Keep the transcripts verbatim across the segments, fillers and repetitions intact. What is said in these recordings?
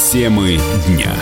Темы дня.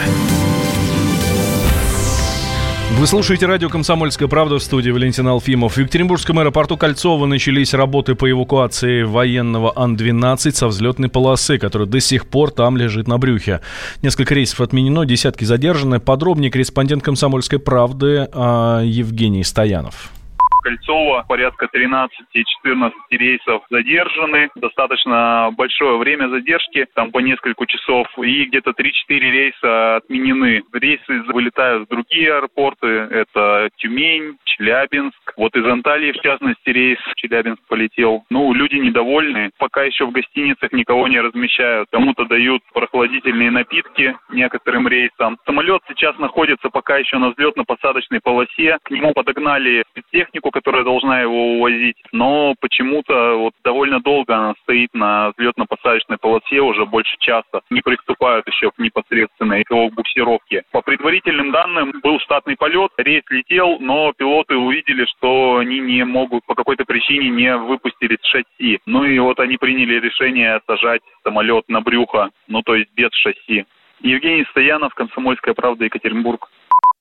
Вы слушаете радио «Комсомольская правда», в студии Валентин Алфимов. В Екатеринбургском аэропорту Кольцово начались работы по эвакуации военного Ан двенадцать со взлетной полосы, который до сих пор там лежит на брюхе. Несколько рейсов отменено, десятки задержаны. Подробнее корреспондент «Комсомольской правды» Евгений Стоянов. Кольцово порядка тринадцать-четырнадцать рейсов задержаны. Достаточно большое время задержки, там по несколько часов. И где-то три-четыре рейса отменены. Рейсы вылетают в другие аэропорты. Это Тюмень, Челябинск. Вот из Анталии, в частности, рейс в Челябинск полетел. Ну, люди недовольны. Пока еще в гостиницах никого не размещают. Кому-то дают прохладительные напитки некоторым рейсам. Самолет сейчас находится пока еще на взлетно-посадочной полосе. К нему подогнали спецтехнику, которая должна его увозить, но почему-то вот довольно долго она стоит на взлетно-посадочной полосе, уже больше часа, не приступают еще к непосредственной его буксировке. По предварительным данным, был штатный полет, рейс летел, но пилоты увидели, что они не могут, по какой-то причине не выпустили шасси. Ну и вот они приняли решение сажать самолет на брюхо, ну то есть без шасси. Евгений Стоянов, «Комсомольская правда», Екатеринбург.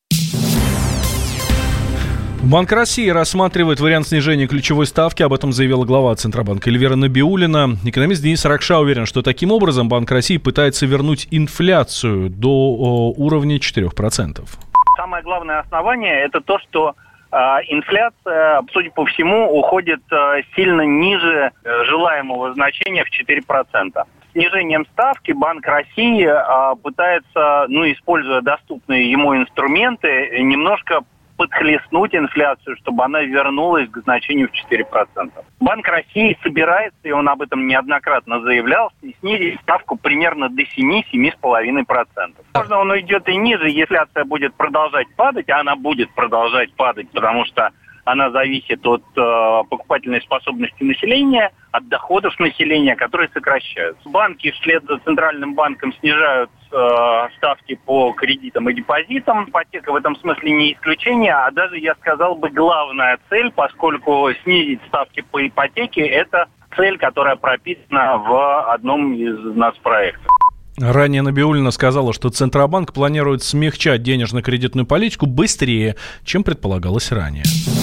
Банк России рассматривает вариант снижения ключевой ставки. Об этом заявила глава Центробанка Эльвира Набиуллина. Экономист Денис Ракша уверен, что таким образом Банк России пытается вернуть инфляцию до о, уровня четыре процента. Самое главное основание – это то, что э, инфляция, судя по всему, уходит э, сильно ниже э, желаемого значения в четыре процента. Снижением ставки Банк России э, пытается, ну, используя доступные ему инструменты, немножко подхлестнуть инфляцию, чтобы она вернулась к значению в четыре процента. Банк России собирается, и он об этом неоднократно заявлял, снизить ставку примерно до семь-семь с половиной процентов. Возможно, он уйдет и ниже, если инфляция будет продолжать падать, а она будет продолжать падать, потому что она зависит от э, покупательной способности населения, от доходов населения, которые сокращаются. Банки вслед за Центральным банком снижают э, ставки по кредитам и депозитам. Ипотека в этом смысле не исключение, а даже, я сказал бы, главная цель, поскольку снизить ставки по ипотеке – это цель, которая прописана в одном из нацпроектов. Ранее Набиуллина сказала, что Центробанк планирует смягчать денежно-кредитную политику быстрее, чем предполагалось ранее.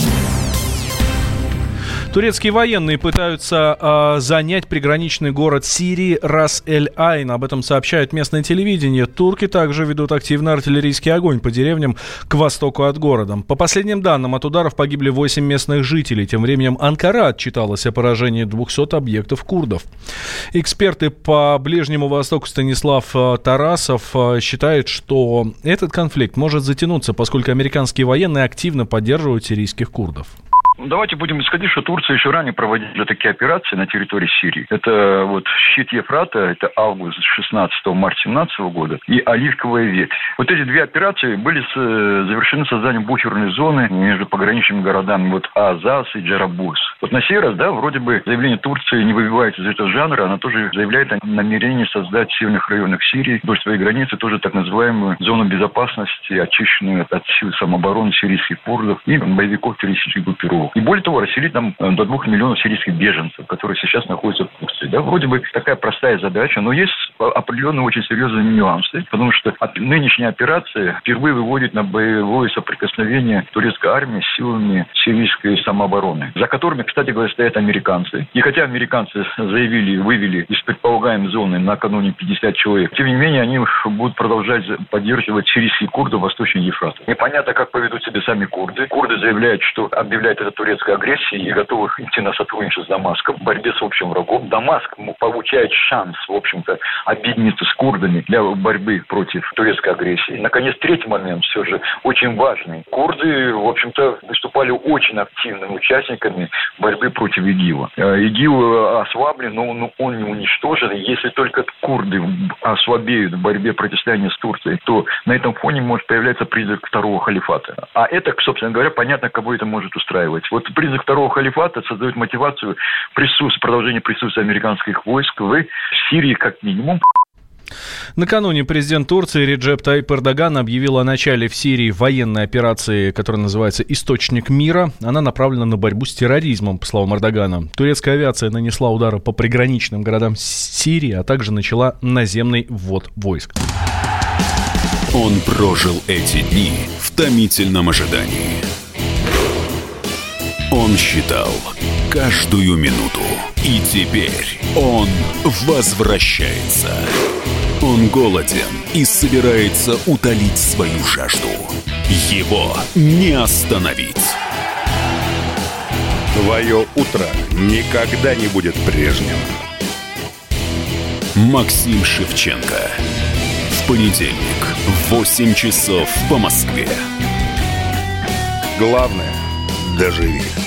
Турецкие военные пытаются э, занять приграничный город Сирии Рас-эль-Айн. Об этом сообщает местное телевидение. Турки также ведут активный артиллерийский огонь по деревням к востоку от города. По последним данным, от ударов погибли восемь местных жителей. Тем временем Анкара отчиталась о поражении двухсот объектов курдов. Эксперты по Ближнему Востоку Станислав Тарасов считают, что этот конфликт может затянуться, поскольку американские военные активно поддерживают сирийских курдов. Давайте будем исходить, что Турция еще ранее проводила такие операции на территории Сирии. Это вот щит Ефрата, это август шестнадцатого, март семнадцатого года, и оливковая ветвь. Вот эти две операции были с, завершены созданием буферной зоны между пограничными городами вот Азаз и Джарабулс. Вот на сей раз, да, вроде бы заявление Турции не выбивается из этого жанра, она тоже заявляет о намерении создать в северных районах Сирии вдоль своей границы тоже так называемую зону безопасности, очищенную от сил самообороны сирийских курдов и боевиков террористических группировок. И более того, расселить там до двух миллионов сирийских беженцев, которые сейчас находятся в Турции. Да, вроде бы такая простая задача, но есть определенные очень серьезные нюансы, потому что нынешняя операция впервые выводит на боевое соприкосновение турецкой армии с силами сирийской самообороны, за которыми, кстати говоря, стоят американцы. И хотя американцы заявили, вывели из предполагаемой зоны накануне пятьдесят человек, тем не менее они будут продолжать поддерживать сирийские курды восточнее Ефрата. Непонятно, как поведут себя сами курды. Курды заявляют, что объявляют это турецкой агрессией и готовы идти на сотрудничество с Дамаском в борьбе с общим врагом. Дамаск получает шанс, в общем-то, объединиться с курдами для борьбы против турецкой агрессии. И, наконец, третий момент, все же очень важный. Курды, в общем-то, выступали очень активными участниками борьбы против ИГИЛа. ИГИЛ ослаблен, но он не уничтожен. И если только курды ослабеют в борьбе противостояния с Турцией, то на этом фоне может появляться призрак второго халифата. А это, собственно говоря, понятно, кого это может устраивать. Вот призрак второго халифата создает мотивацию присутствия, продолжения присутствия американских войск в Сирии как минимум. Накануне президент Турции Реджеп Тайип Эрдоган объявил о начале в Сирии военной операции, которая называется «Источник мира». Она направлена на борьбу с терроризмом, по словам Эрдогана. Турецкая авиация нанесла удары по приграничным городам Сирии, а также начала наземный ввод войск. Он прожил эти дни в томительном ожидании. Он считал каждую минуту. И теперь он возвращается. Он голоден и собирается утолить свою жажду. Его не остановить. Твое утро никогда не будет прежним. Максим Шевченко. В понедельник в восемь часов по Москве. Главное – доживи.